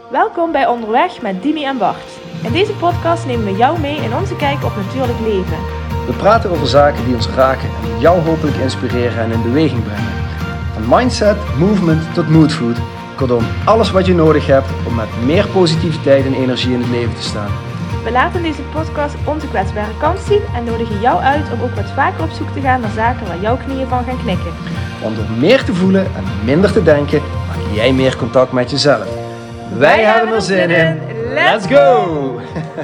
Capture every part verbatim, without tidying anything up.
Welkom bij Onderweg met Dimi en Bart. In deze podcast nemen we jou mee in onze kijk op natuurlijk leven. We praten over zaken die ons raken en jou hopelijk inspireren en in beweging brengen. Van mindset, movement tot moodfood. Kortom, alles wat je nodig hebt om met meer positiviteit en energie in het leven te staan. We laten in deze podcast onze kwetsbare kant zien en nodigen jou uit om ook wat vaker op zoek te gaan naar zaken waar jouw knieën van gaan knikken. Want door meer te voelen en minder te denken, maak jij meer contact met jezelf. Wij, Wij hebben er zin in. Let's go!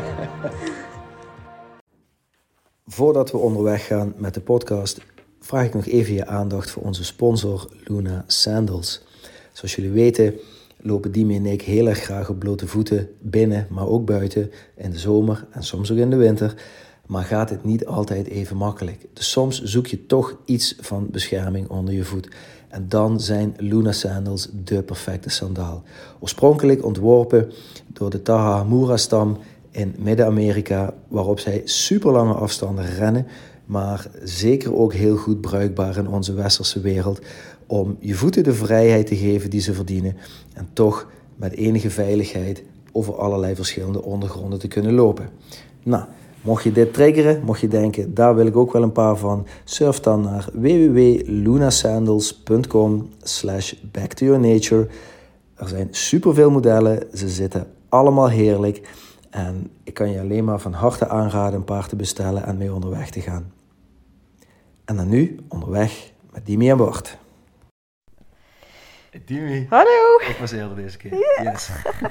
Voordat we onderweg gaan met de podcast, vraag ik nog even je aandacht voor onze sponsor Luna Sandals. Zoals jullie weten lopen Dimi en ik heel erg graag op blote voeten binnen, maar ook buiten in de zomer en soms ook in de winter. Maar gaat het niet altijd even makkelijk. Dus soms zoek je toch iets van bescherming onder je voet. En dan zijn Luna Sandals de perfecte sandaal. Oorspronkelijk ontworpen door de Tarahumara-stam in Midden-Amerika, waarop zij super lange afstanden rennen, maar zeker ook heel goed bruikbaar in onze westerse wereld, om je voeten de vrijheid te geven die ze verdienen en toch met enige veiligheid over allerlei verschillende ondergronden te kunnen lopen. Nou, mocht je dit triggeren, mocht je denken, daar wil ik ook wel een paar van, surf dan naar w w w punt lunasandals punt com slash back to your nature. Er zijn superveel modellen, ze zitten allemaal heerlijk en ik kan je alleen maar van harte aanraden een paar te bestellen en mee onderweg te gaan. En dan nu onderweg met Dimi en Bart. Hey Dimi. Hallo! Ik was eerder deze keer. Yeah. Yes.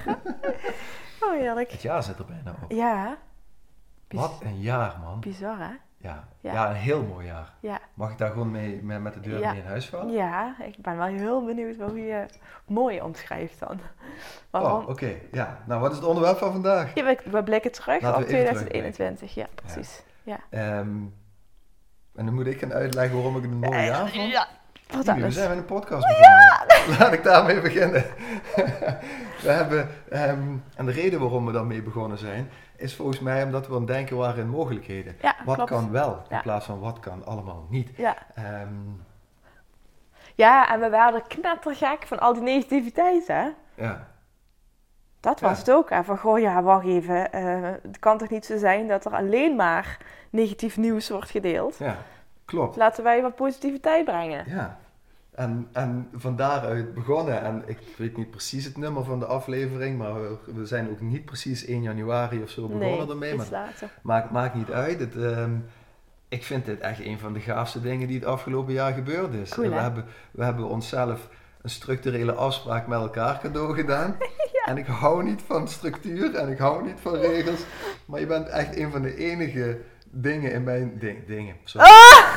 Oh, heerlijk. Het jaar zit er bijna op. Ja. Biz- Wat een jaar, man. Bizar, hè? Ja. Ja. Ja, een heel mooi jaar. Ja. Mag ik daar gewoon mee, mee met de deur Ja. mee in huis vallen? Ja, ik ben wel heel benieuwd hoe je mooi omschrijft dan. Waarom? Oh, oké. Okay. Ja. Nou, wat is het onderwerp van vandaag? Ja, we, we blikken terug Laten op we even twintig eenentwintig. Ja, precies. Ja. Ja. Um, en dan moet ik gaan uitleggen waarom ik het een mooi jaar vond? Ja. Dimi, we zijn met een podcast begonnen. Ja. Laat ik daarmee beginnen. we hebben, um, en de reden waarom we daarmee begonnen zijn, is volgens mij omdat we aan het denken waren in mogelijkheden. Ja, wat klopt. Kan wel, in ja. plaats van wat kan allemaal niet. Ja. Um, ja, en we waren knettergek van al die negativiteit, hè? Ja. Dat was ja. het ook. Hè? Van, goh, ja, wacht even. Uh, het kan toch niet zo zijn dat er alleen maar negatief nieuws wordt gedeeld? Ja, klopt. Laten wij wat positiviteit brengen. Ja. En, en van daaruit begonnen, en ik weet niet precies het nummer van de aflevering, maar we, we zijn ook niet precies één januari of zo begonnen nee, ermee. Maar het maakt, maakt niet uit. Het, um, ik vind dit echt een van de gaafste dingen die het afgelopen jaar gebeurd is. Cool, we, hebben, we hebben onszelf een structurele afspraak met elkaar cadeau gedaan. Ja. En ik hou niet van structuur en ik hou niet van regels, maar je bent echt een van de enige dingen in mijn... Ding, dingen, sorry. Ah!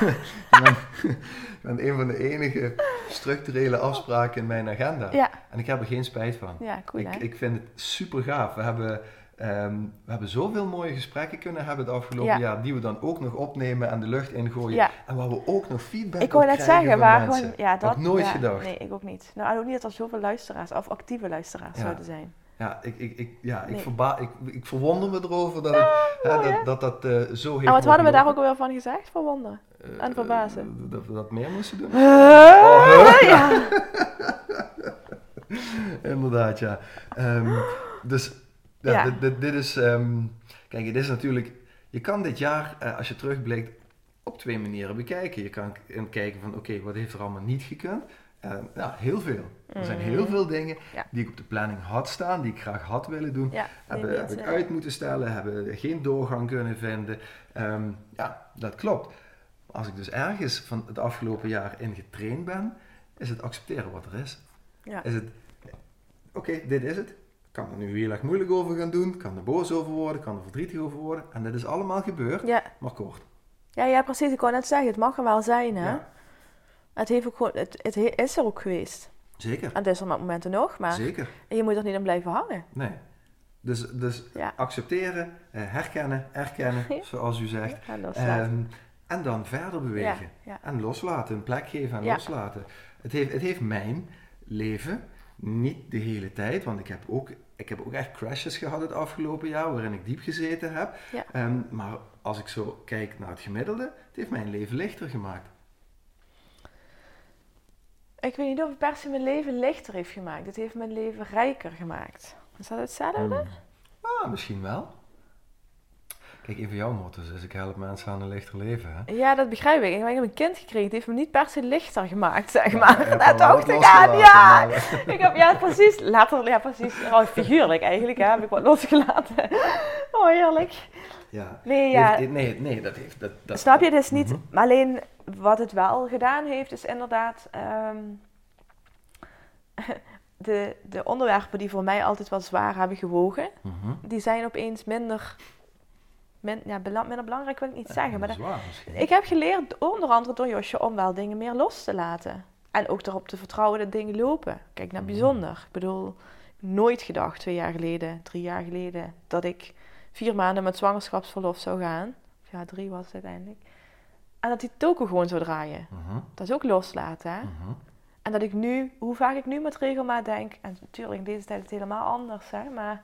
Ik ben een van de enige structurele afspraken in mijn agenda. Ja. En ik heb er geen spijt van. Ja, cool, ik, ik vind het super gaaf. We hebben, um, we hebben zoveel mooie gesprekken kunnen hebben het afgelopen ja. jaar, die we dan ook nog opnemen en de lucht ingooien. Ja. En waar we ook nog feedback ik op krijgen net zeggen, van waar mensen. Gewoon, ja, dat had nooit ja, gedacht. Nee, ik ook niet. Nou, ook niet dat er zoveel luisteraars, of actieve luisteraars ja. zouden zijn. Ja, ik, ik, ik, ja nee. ik, verba- ik, ik verwonder me erover dat het, oh, hè, ja. dat, dat, dat uh, zo heeft. En wat hadden we daar ook alweer van gezegd? Verwonderen uh, en verbazen. Uh, dat we dat meer moesten doen. Uh, oh, ja. Inderdaad, ja. Um, dus ja, ja. Dit, dit, dit is, um, kijk, dit is natuurlijk, je kan dit jaar, uh, als je terugblikt, op twee manieren bekijken. Je kan kijken van, oké, okay, wat heeft er allemaal niet gekund? Uh, ja, heel veel. Er zijn heel veel dingen ja. die ik op de planning had staan, die ik graag had willen doen. Ja, hebben, heb ik uit moeten stellen, hebben geen doorgang kunnen vinden. Um, ja, dat klopt. Als ik dus ergens van het afgelopen jaar in getraind ben, is het accepteren wat er is. Ja. Is het, oké, okay, dit is het. Ik kan er nu heel erg moeilijk over gaan doen, kan er boos over worden, kan er verdrietig over worden. En dat is allemaal gebeurd, ja. maar kort. Ja, ja, precies. Ik wou net zeggen, het mag er wel zijn, hè. Ja. Het, heeft ook gewoon, het, het is er ook geweest. Zeker. En het is er met momenten nog, maar Zeker. En je moet er niet aan blijven hangen. Nee. Dus, dus ja. accepteren, herkennen, erkennen, zoals u zegt. Ja, en, um, en dan verder bewegen. Ja, ja. En loslaten, een plek geven en ja. loslaten. Het heeft, het heeft mijn leven niet de hele tijd, want ik heb ook, ik heb ook echt crashes gehad het afgelopen jaar, waarin ik diep gezeten heb. Ja. Um, maar als ik zo kijk naar het gemiddelde, het heeft mijn leven lichter gemaakt. Ik weet niet of het per se mijn leven lichter heeft gemaakt. Het heeft mijn leven rijker gemaakt. Is dat hetzelfde? Hmm. Ah, misschien wel. Kijk, een van jouw motto's is: ik help mensen aan een lichter leven. Hè? Ja, dat begrijp ik. Ik heb een kind gekregen. Het heeft me niet per se lichter gemaakt, zeg maar. Ja, Daar dacht ik aan. Ja. Ik heb, ja, precies. Later, ja, precies. Oh, figuurlijk eigenlijk, hè. Heb ik wat losgelaten. Oh, heerlijk. Ja. Nee, ja. Heeft, nee, nee, dat heeft... Dat, dat, Snap je? Dus niet... Mm-hmm. Maar alleen wat het wel gedaan heeft, is inderdaad... Um, de, de onderwerpen die voor mij altijd wel zwaar hebben gewogen, Mm-hmm. die zijn opeens minder... Min, ja, minder belangrijk wil ik niet zeggen. Maar zwaar, de, ik heb geleerd, onder andere door Josje, om wel dingen meer los te laten. En ook erop te vertrouwen dat dingen lopen. Kijk, naar bijzonder. Ik bedoel, ik heb nooit gedacht, twee jaar geleden, drie jaar geleden, dat ik vier maanden met zwangerschapsverlof zou gaan. Ja, drie was het uiteindelijk. En dat die toko gewoon zou draaien. Mm-hmm. Dat is ook loslaten, hè. Mm-hmm. En dat ik nu, hoe vaak ik nu met regelmaat denk, en natuurlijk in deze tijd is het helemaal anders, hè, maar...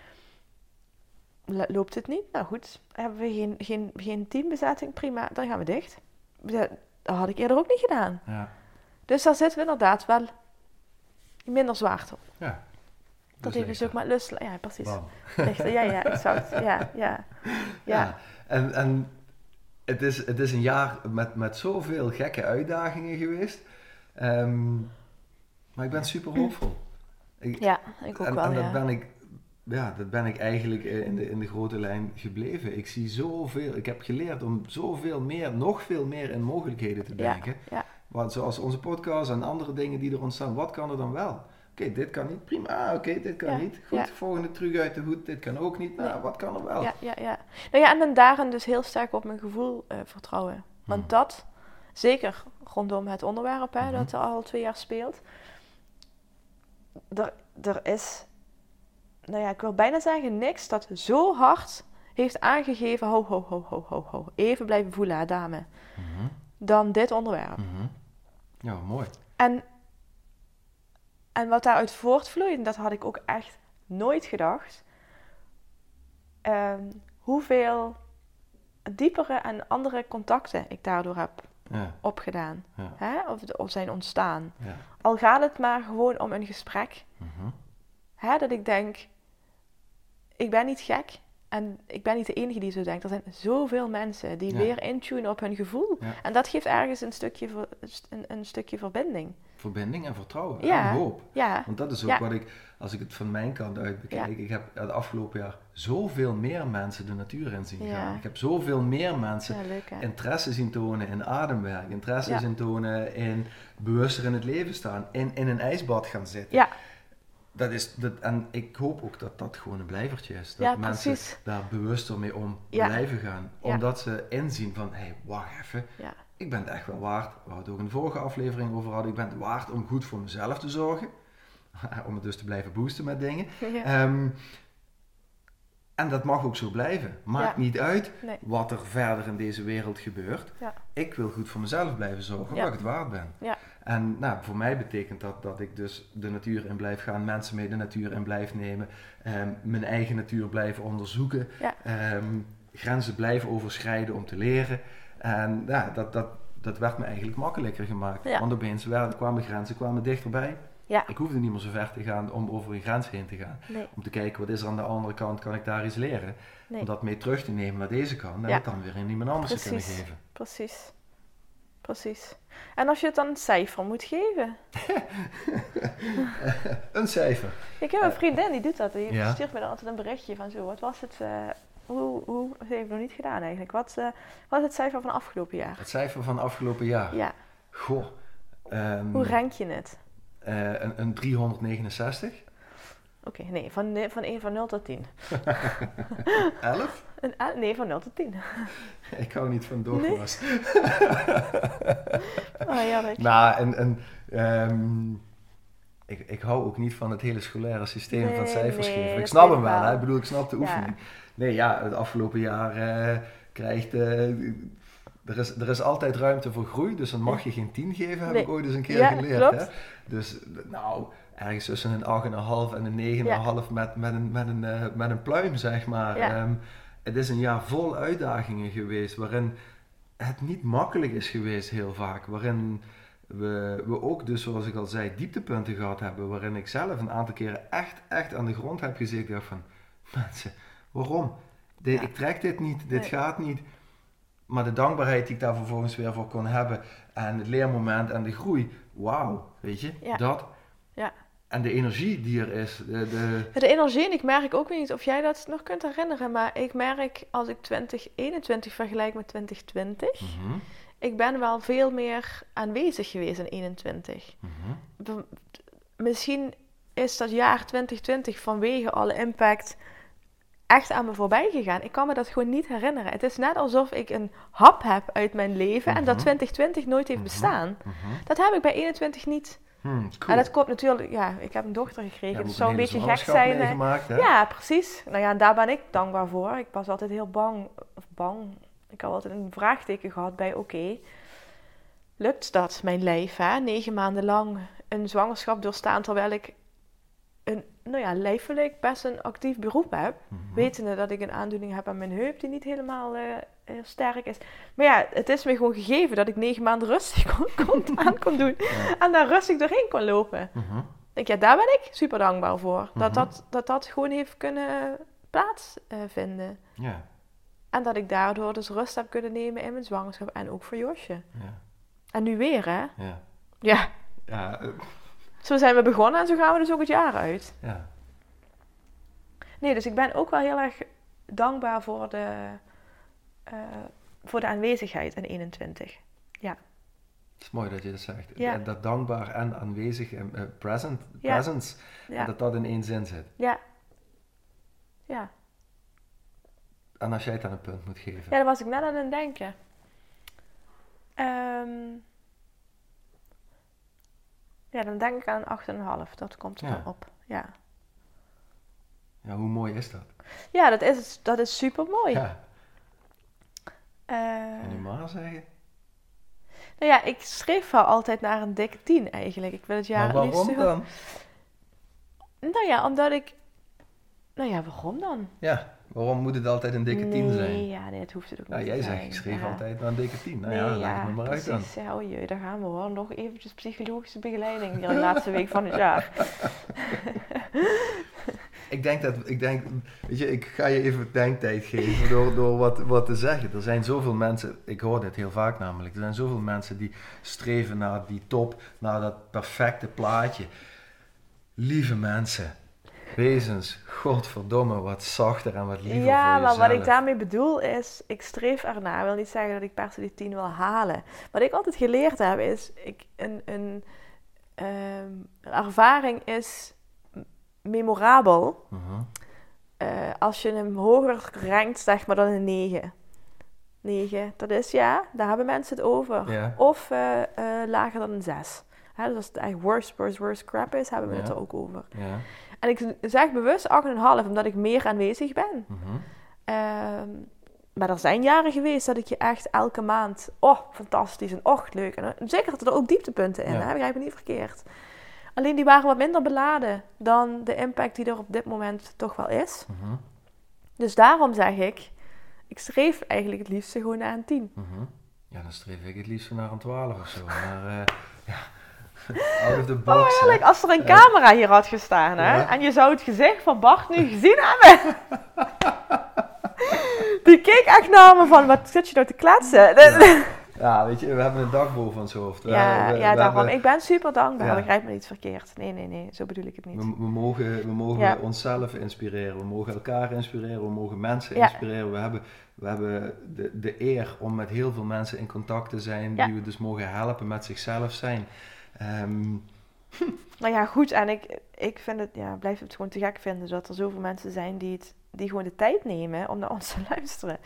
Loopt het niet? Nou goed, hebben we geen, geen, geen teambezetting, prima, dan gaan we dicht. Dat had ik eerder ook niet gedaan. Ja. Dus daar zitten we inderdaad wel minder zwaarte op. Ja. Dat heeft dus ook met lust... Ja, precies. Bam. Lichter, ja, ja, exact. Ja, ja, ja. Ja. En, en het, is, het is een jaar met, met zoveel gekke uitdagingen geweest. Um, maar ik ben super hoopvol. Ik, ja, ik ook en, wel, en dat ja. ben ik... Ja, dat ben ik eigenlijk in de, in de grote lijn gebleven. Ik zie zoveel, ik heb geleerd om zoveel meer, nog veel meer in mogelijkheden te denken. Ja, ja. Want zoals onze podcast en andere dingen die er ontstaan, wat kan er dan wel? Oké, okay, dit kan niet, prima. Ah, oké, okay, dit kan ja, niet. Goed, ja. volgende truc uit de hoed, dit kan ook niet. Nou, nee. Wat kan er wel? Ja, ja, ja. Nou ja, en dan daarin dus heel sterk op mijn gevoel uh, vertrouwen. Want hmm. dat, zeker rondom het onderwerp, hè, mm-hmm. dat er al twee jaar speelt. Er, er is... Nou ja, ik wil bijna zeggen niks dat zo hard heeft aangegeven... Ho, ho, ho, ho, ho, ho. Even blijven voelen, hè, dame. Mm-hmm. Dan dit onderwerp. Mm-hmm. Ja, mooi. En, en wat daaruit voortvloeit, en dat had ik ook echt nooit gedacht... Um, hoeveel diepere en andere contacten ik daardoor heb ja. opgedaan. Ja. Hè? Of, of zijn ontstaan. Ja. Al gaat het maar gewoon om een gesprek... Mm-hmm. Hè, dat ik denk, ik ben niet gek en ik ben niet de enige die zo denkt. Er zijn zoveel mensen die ja. weer intunen op hun gevoel. Ja. En dat geeft ergens een stukje, een, een stukje verbinding. Verbinding en vertrouwen ja. en hoop. Ja. Want dat is ook ja. wat ik, als ik het van mijn kant uit bekijk, ja. ik heb het afgelopen jaar zoveel meer mensen de natuur in zien ja. gaan. Ik heb zoveel meer mensen ja, leuk, interesse zien tonen in ademwerk, interesse ja. zien tonen in bewuster in het leven staan, in, in een ijsbad gaan zitten. Ja. Dat is, dat, en ik hoop ook dat dat gewoon een blijvertje is. Dat ja, mensen precies. daar bewuster mee om ja. blijven gaan. Omdat ja. ze inzien van, hé, hey, wacht even. Ja. Ik ben het echt wel waard, waar we het ook in de vorige aflevering over hadden. Ik ben het waard om goed voor mezelf te zorgen. Om het dus te blijven boosten met dingen. Ja. Um, en dat mag ook zo blijven. Maakt ja. niet uit nee. wat er verder in deze wereld gebeurt. Ja. Ik wil goed voor mezelf blijven zorgen, ja. waar ik het waard ben. Ja. En nou, voor mij betekent dat dat ik dus de natuur in blijf gaan, mensen mee de natuur in blijf nemen, um, mijn eigen natuur blijven onderzoeken, ja. um, grenzen blijven overschrijden om te leren. En ja, dat, dat, dat werd me eigenlijk makkelijker gemaakt. Ja. Want opeens werden, kwamen grenzen kwamen dichterbij. Ja. Ik hoefde niet meer zo ver te gaan om over een grens heen te gaan. Nee. Om te kijken wat is er aan de andere kant, kan ik daar iets leren. Nee. Om dat mee terug te nemen naar deze kant en ja. het dan weer aan iemand anders Precies. te kunnen geven. Precies. Precies. En als je het dan een cijfer moet geven? Een cijfer. Ik heb een vriendin die doet dat. Die ja. stuurt me dan altijd een berichtje van zo. Wat was het? Uh, hoe, hoe, dat heb ik nog niet gedaan eigenlijk. Wat uh, was het cijfer van afgelopen jaar? Het cijfer van afgelopen jaar? Ja. Goh. Um, hoe rank je het? Uh, een, een driehonderdnegenenzestig. Oké, okay, nee, van, van één van nul tot tien. elf? Een, nee, van nul tot tien. Ik hou niet van dogma's. Nee. Oh, heerlijk. Nou, en, en um, ik, ik hou ook niet van het hele scholaire systeem nee, van cijfers nee, geven. Ik snap hem wel, wel. hè? Ik bedoel, ik snap de oefening. Ja. Nee, ja, het afgelopen jaar uh, krijgt... Uh, Er is, er is altijd ruimte voor groei, dus dan mag je geen tien geven, heb nee. ik ooit eens een keer ja, geleerd. Klopt. Hè? Dus nou, ergens tussen een acht komma vijf en een negen komma vijf ja. met, met, een, met, een, uh, met een pluim, zeg maar. Ja. Um, het is een jaar vol uitdagingen geweest, waarin het niet makkelijk is geweest heel vaak. Waarin we, we ook dus, zoals ik al zei, dieptepunten gehad hebben, waarin ik zelf een aantal keren echt, echt aan de grond heb gezeten. Ik dacht van, mensen, waarom? Dit, ja. Ik trek dit niet, dit nee. gaat niet. Maar de dankbaarheid die ik daar vervolgens weer voor kon hebben, en het leermoment en de groei, wauw, weet je, ja. dat. Ja. En de energie die er is. De, de... de energie, en ik merk ook niet of jij dat nog kunt herinneren, maar ik merk als ik twintig eenentwintig vergelijk met twintig twintig, mm-hmm. ik ben wel veel meer aanwezig geweest in eenentwintig. Mm-hmm. Misschien is dat jaar twintig twintig vanwege alle impact echt aan me voorbij gegaan. Ik kan me dat gewoon niet herinneren. Het is net alsof ik een hap heb uit mijn leven mm-hmm. en dat twintig twintig nooit heeft mm-hmm. bestaan. Mm-hmm. Dat heb ik bij eenentwintig niet. Hmm, cool. En dat komt natuurlijk, ja, ik heb een dochter gekregen, ja, het zou een beetje gek zijn. Hè? Ja, precies. Nou ja, en daar ben ik dankbaar voor. Ik was altijd heel bang, of bang, ik had altijd een vraagteken gehad bij, oké, okay, lukt dat, mijn lijf, hè? Negen maanden lang een zwangerschap doorstaan, terwijl ik een, nou ja, lijfelijk best een actief beroep heb. Mm-hmm. Wetende dat ik een aandoening heb aan mijn heup die niet helemaal uh, uh, sterk is. Maar ja, het is me gewoon gegeven dat ik negen maanden rustig kon, kon, aan kon doen. Ja. En daar rustig doorheen kon lopen. Mm-hmm. Denk, ja, daar ben ik super dankbaar voor. Mm-hmm. Dat, dat, dat dat gewoon heeft kunnen plaatsvinden. Uh, ja. En dat ik daardoor dus rust heb kunnen nemen in mijn zwangerschap. En ook voor Josje. Ja. En nu weer, hè? Ja. Ja. ja uh... Zo zijn we begonnen en zo gaan we dus ook het jaar uit. Ja. Nee, dus ik ben ook wel heel erg dankbaar voor de, uh, voor de aanwezigheid in eenentwintig. Ja. Het is mooi dat je dat zegt. Ja. Dat dankbaar en aanwezig en uh, present, ja. presence, ja. En dat dat in één zin zit. Ja. Ja. En als jij het aan een punt moet geven. Ja, daar was ik net aan het denken. Um, Ja, dan denk ik aan een acht komma vijf. Dat komt er ja. dan op. Ja. Ja, hoe mooi is dat? Ja, dat is, dat is super mooi. Ja. Uh, kan je maar zeggen? Nou ja, ik schreef wel altijd naar een dikke tien eigenlijk. Ik wil het jaar maar waarom liefst dan? Nou ja, omdat ik... Nou ja, waarom dan? Ja, waarom moet het altijd een dikke nee, tien zijn? Ja, nee, dat hoeft het ook nou, niet jij te zijn. Jij zegt, ik schreef ja. altijd naar een dikke tien. Nou nee, ja, ja, leg het me maar precies. uit dan. Ja, oh jee, daar gaan we hoor. Nog eventjes psychologische begeleiding hier in de laatste week van het jaar. ik denk dat, ik denk, weet je, ik ga je even denktijd geven door, door wat, wat te zeggen. Er zijn zoveel mensen, ik hoor dit heel vaak namelijk, er zijn zoveel mensen die streven naar die top, naar dat perfecte plaatje. Lieve mensen. Wezens, godverdomme, wat zachter en wat liever ja, voor jezelf. Maar wat ik daarmee bedoel is, ik streef ernaar. Ik wil niet zeggen dat ik per se die tien wil halen. Wat ik altijd geleerd heb is, ik, een, een, um, een ervaring is memorabel. Uh-huh. Uh, als je hem hoger rankt, zeg maar, dan een negen. negen, dat is ja, daar hebben mensen het over. Ja. Of uh, uh, lager dan een zes. Hè, dus als het echt worst, worst, worst crap is, hebben we ja. het er ook over. Ja. En ik zeg bewust acht komma vijf, omdat ik meer aanwezig ben. Mm-hmm. Um, maar er zijn jaren geweest dat ik je echt elke maand... Oh, fantastisch en och, leuk. En zeker dat er ook dieptepunten in, ja. hè? Begrijp me niet verkeerd. Alleen die waren wat minder beladen dan de impact die er op dit moment toch wel is. Mm-hmm. Dus daarom zeg ik, ik streef eigenlijk het liefst gewoon naar een tien. Mm-hmm. Ja, dan streef ik het liefst naar een twaalf of zo. Maar uh, ja... Out of the box, oh, heerlijk. Als er een camera hier had gestaan, hè? Ja. En je zou het gezicht van Bart nu gezien hebben. Die keek echt naar me van, wat zit je nou te kletsen? Ja. ja, weet je, we hebben een dak boven ons hoofd. We, ja, we, ja we daarom. Hebben... Ik ben super dankbaar. Ja. Begrijp me niet verkeerd. Nee, nee, nee. Zo bedoel ik het niet. We, we mogen, we mogen ja. onszelf inspireren. We mogen elkaar inspireren. We mogen mensen ja. inspireren. We hebben, we hebben de, de eer om met heel veel mensen in contact te zijn. Ja. Die we dus mogen helpen met zichzelf zijn. Um, Nou ja, goed. En ik, ik vind het, ja, blijf het gewoon te gek vinden dat er zoveel mensen zijn die, het, die gewoon de tijd nemen om naar ons te luisteren.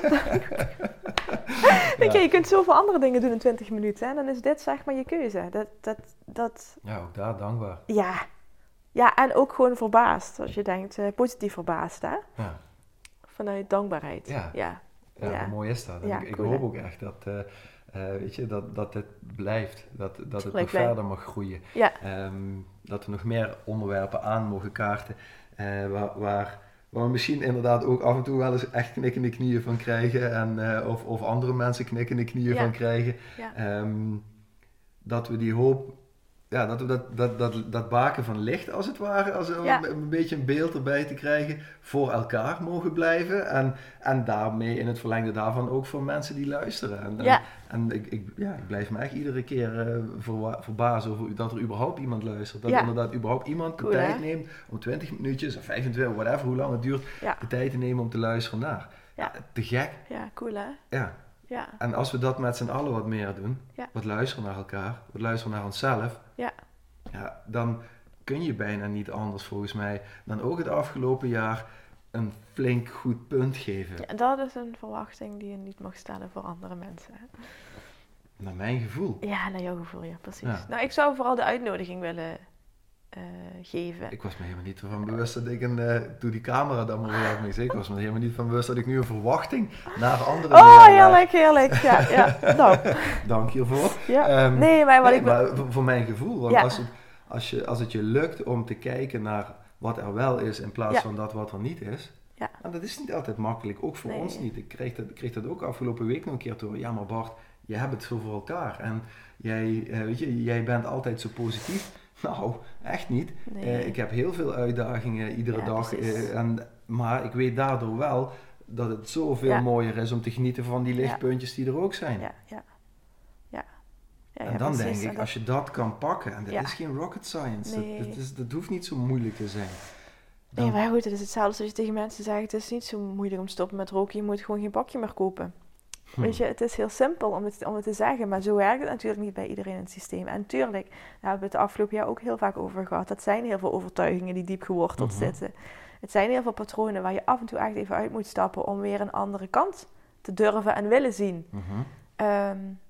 Denk je, je kunt zoveel andere dingen doen in twintig minuten. En dan is dit zeg maar je keuze. Dat, dat, dat... Ja, ook daar dankbaar. Ja. Ja, en ook gewoon verbaasd. Als je denkt, uh, positief verbaasd, hè? Ja. Vanuit dankbaarheid. Ja. Ja, ja, ja. Mooi is dat. Ja, ik, cool, ik hoop ook echt dat... Uh, Uh, weet je, dat, dat het blijft, dat, dat het nog verder mag groeien. Ja. Um, dat we nog meer onderwerpen aan mogen kaarten, uh, waar, waar, waar we misschien inderdaad ook af en toe wel eens echt knikkende knieën van krijgen, en, uh, of, of andere mensen knikkende knieën ja. van krijgen. Ja. Um, dat we die hoop, ja, dat we dat, dat, dat, dat baken van licht als het ware, als om ja. een, een beetje een beeld erbij te krijgen, voor elkaar mogen blijven. En, en daarmee in het verlengde daarvan ook voor mensen die luisteren. En, ja. en, en ik, ik, ja, ik blijf me echt iedere keer uh, verwa- verbazen over dat er überhaupt iemand luistert. Dat ja. inderdaad überhaupt iemand de cool, tijd hè? neemt om twintig minuutjes of vijfentwintig, whatever, hoe lang het duurt, ja. de tijd te nemen om te luisteren naar. Ja. Te gek. Ja, cool hè? Ja. Ja. En als we dat met z'n allen wat meer doen, ja. wat luisteren naar elkaar, wat luisteren naar onszelf, ja. Ja, dan kun je bijna niet anders volgens mij dan ook het afgelopen jaar een flink goed punt geven. Ja, dat is een verwachting die je niet mag stellen voor andere mensen. Hè? Naar mijn gevoel. Ja, naar jouw gevoel, ja, precies. Ja. Nou, ik zou vooral de uitnodiging willen uh, geven. Ik was me helemaal niet van bewust dat ik een, uh, toen die camera dan maar weer mee zei, ik was me helemaal niet van bewust dat ik nu een verwachting naar anderen Oh, heerlijk, heerlijk. Ja, ja. Nou. Dank je ervoor. Ja. Um, nee, maar wat nee, ik... Maar voor mijn gevoel, want ja. als, het, als, je, als het je lukt om te kijken naar wat er wel is in plaats ja. van dat wat er niet is, ja. en dat is niet altijd makkelijk, ook voor nee. ons niet. Ik kreeg dat, ik kreeg dat ook afgelopen week nog een keer door. Ja, maar Bart, je hebt het zo voor elkaar en jij, weet je, jij bent altijd zo positief. Nou, echt niet. Nee. Uh, ik heb heel veel uitdagingen iedere ja, dag. Uh, en, maar ik weet daardoor wel dat het zoveel ja. mooier is om te genieten van die lichtpuntjes ja. die er ook zijn. Ja, ja. ja. ja en dan precies. denk ik, als je dat kan pakken, en dat ja. is geen rocket science, nee. dat, dat, is, dat hoeft niet zo moeilijk te zijn. Dan... Nee, maar goed, het is hetzelfde als je tegen mensen zegt, het is niet zo moeilijk om te stoppen met roken, je moet gewoon geen bakje meer kopen. Hm. Weet je, het is heel simpel om het, om het te zeggen, maar zo werkt het natuurlijk niet bij iedereen in het systeem. En natuurlijk, daar hebben we het de afgelopen jaar ook heel vaak over gehad. Dat zijn heel veel overtuigingen die diep geworteld uh-huh. zitten. Het zijn heel veel patronen waar je af en toe echt even uit moet stappen om weer een andere kant te durven en willen zien. Uh-huh. Um,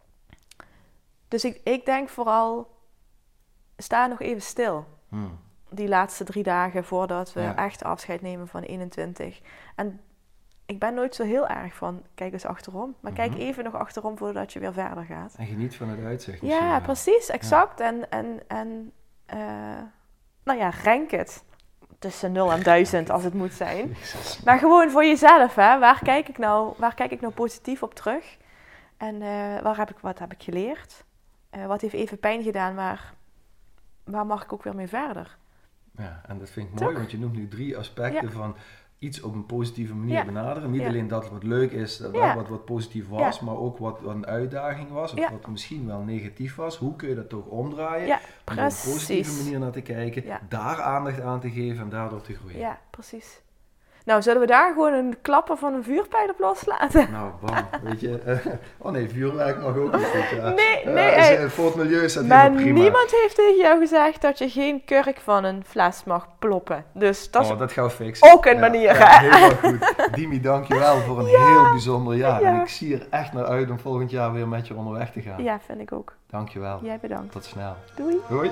dus ik, ik denk vooral, sta nog even stil. Hm. Die laatste drie dagen voordat we ja. echt afscheid nemen van eenentwintig. En ik ben nooit zo heel erg van, kijk eens achterom. Maar mm-hmm. kijk even nog achterom voordat je weer verder gaat. En geniet van het uitzicht. Ja, ja, precies, exact. Ja. En, en, en uh, nou ja, rank het. Tussen nul en duizend als het moet zijn. Jezus. Maar gewoon voor jezelf, hè. Waar kijk ik nou, waar kijk ik nou positief op terug? En uh, waar heb ik, wat heb ik geleerd? Uh, wat heeft even pijn gedaan, maar waar mag ik ook weer mee verder? Ja, en dat vind ik mooi, Toch? want je noemt nu drie aspecten ja. van iets op een positieve manier ja. benaderen. Niet ja. alleen dat wat leuk is, dat ja. wat, wat positief was, ja. maar ook wat, wat een uitdaging was, of ja. wat misschien wel negatief was. Hoe kun je dat toch omdraaien? Ja, om op een positieve manier naar te kijken, ja. daar aandacht aan te geven en daardoor te groeien. Ja, precies. Nou, zullen we daar gewoon een klapper van een vuurpijl op loslaten? Nou, bam, weet je. Uh, oh nee, vuurwerk mag ook niet. Weet je. Nee, nee. Uh, hey, voor het milieu is dat maar helemaal prima. Niemand heeft tegen jou gezegd dat je geen kurk van een fles mag ploppen. Dus dat oh, is dat gaan we fixen. ook een ja, manier, ja, hè? Helemaal goed. Dimi, dankjewel voor een ja. heel bijzonder jaar. Ja. En ik zie er echt naar uit om volgend jaar weer met je onderweg te gaan. Ja, vind ik ook. Dankjewel. Jij bedankt. Tot snel. Doei. Doei.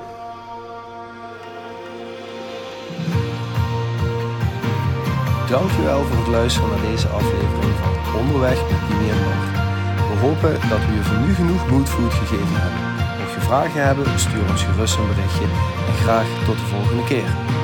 Dankjewel voor het luisteren naar deze aflevering van Onderweg met Dimi en Bart. We hopen dat we je voor nu genoeg moodfood gegeven hebben. Mocht je vragen hebben, stuur ons gerust een berichtje en graag tot de volgende keer.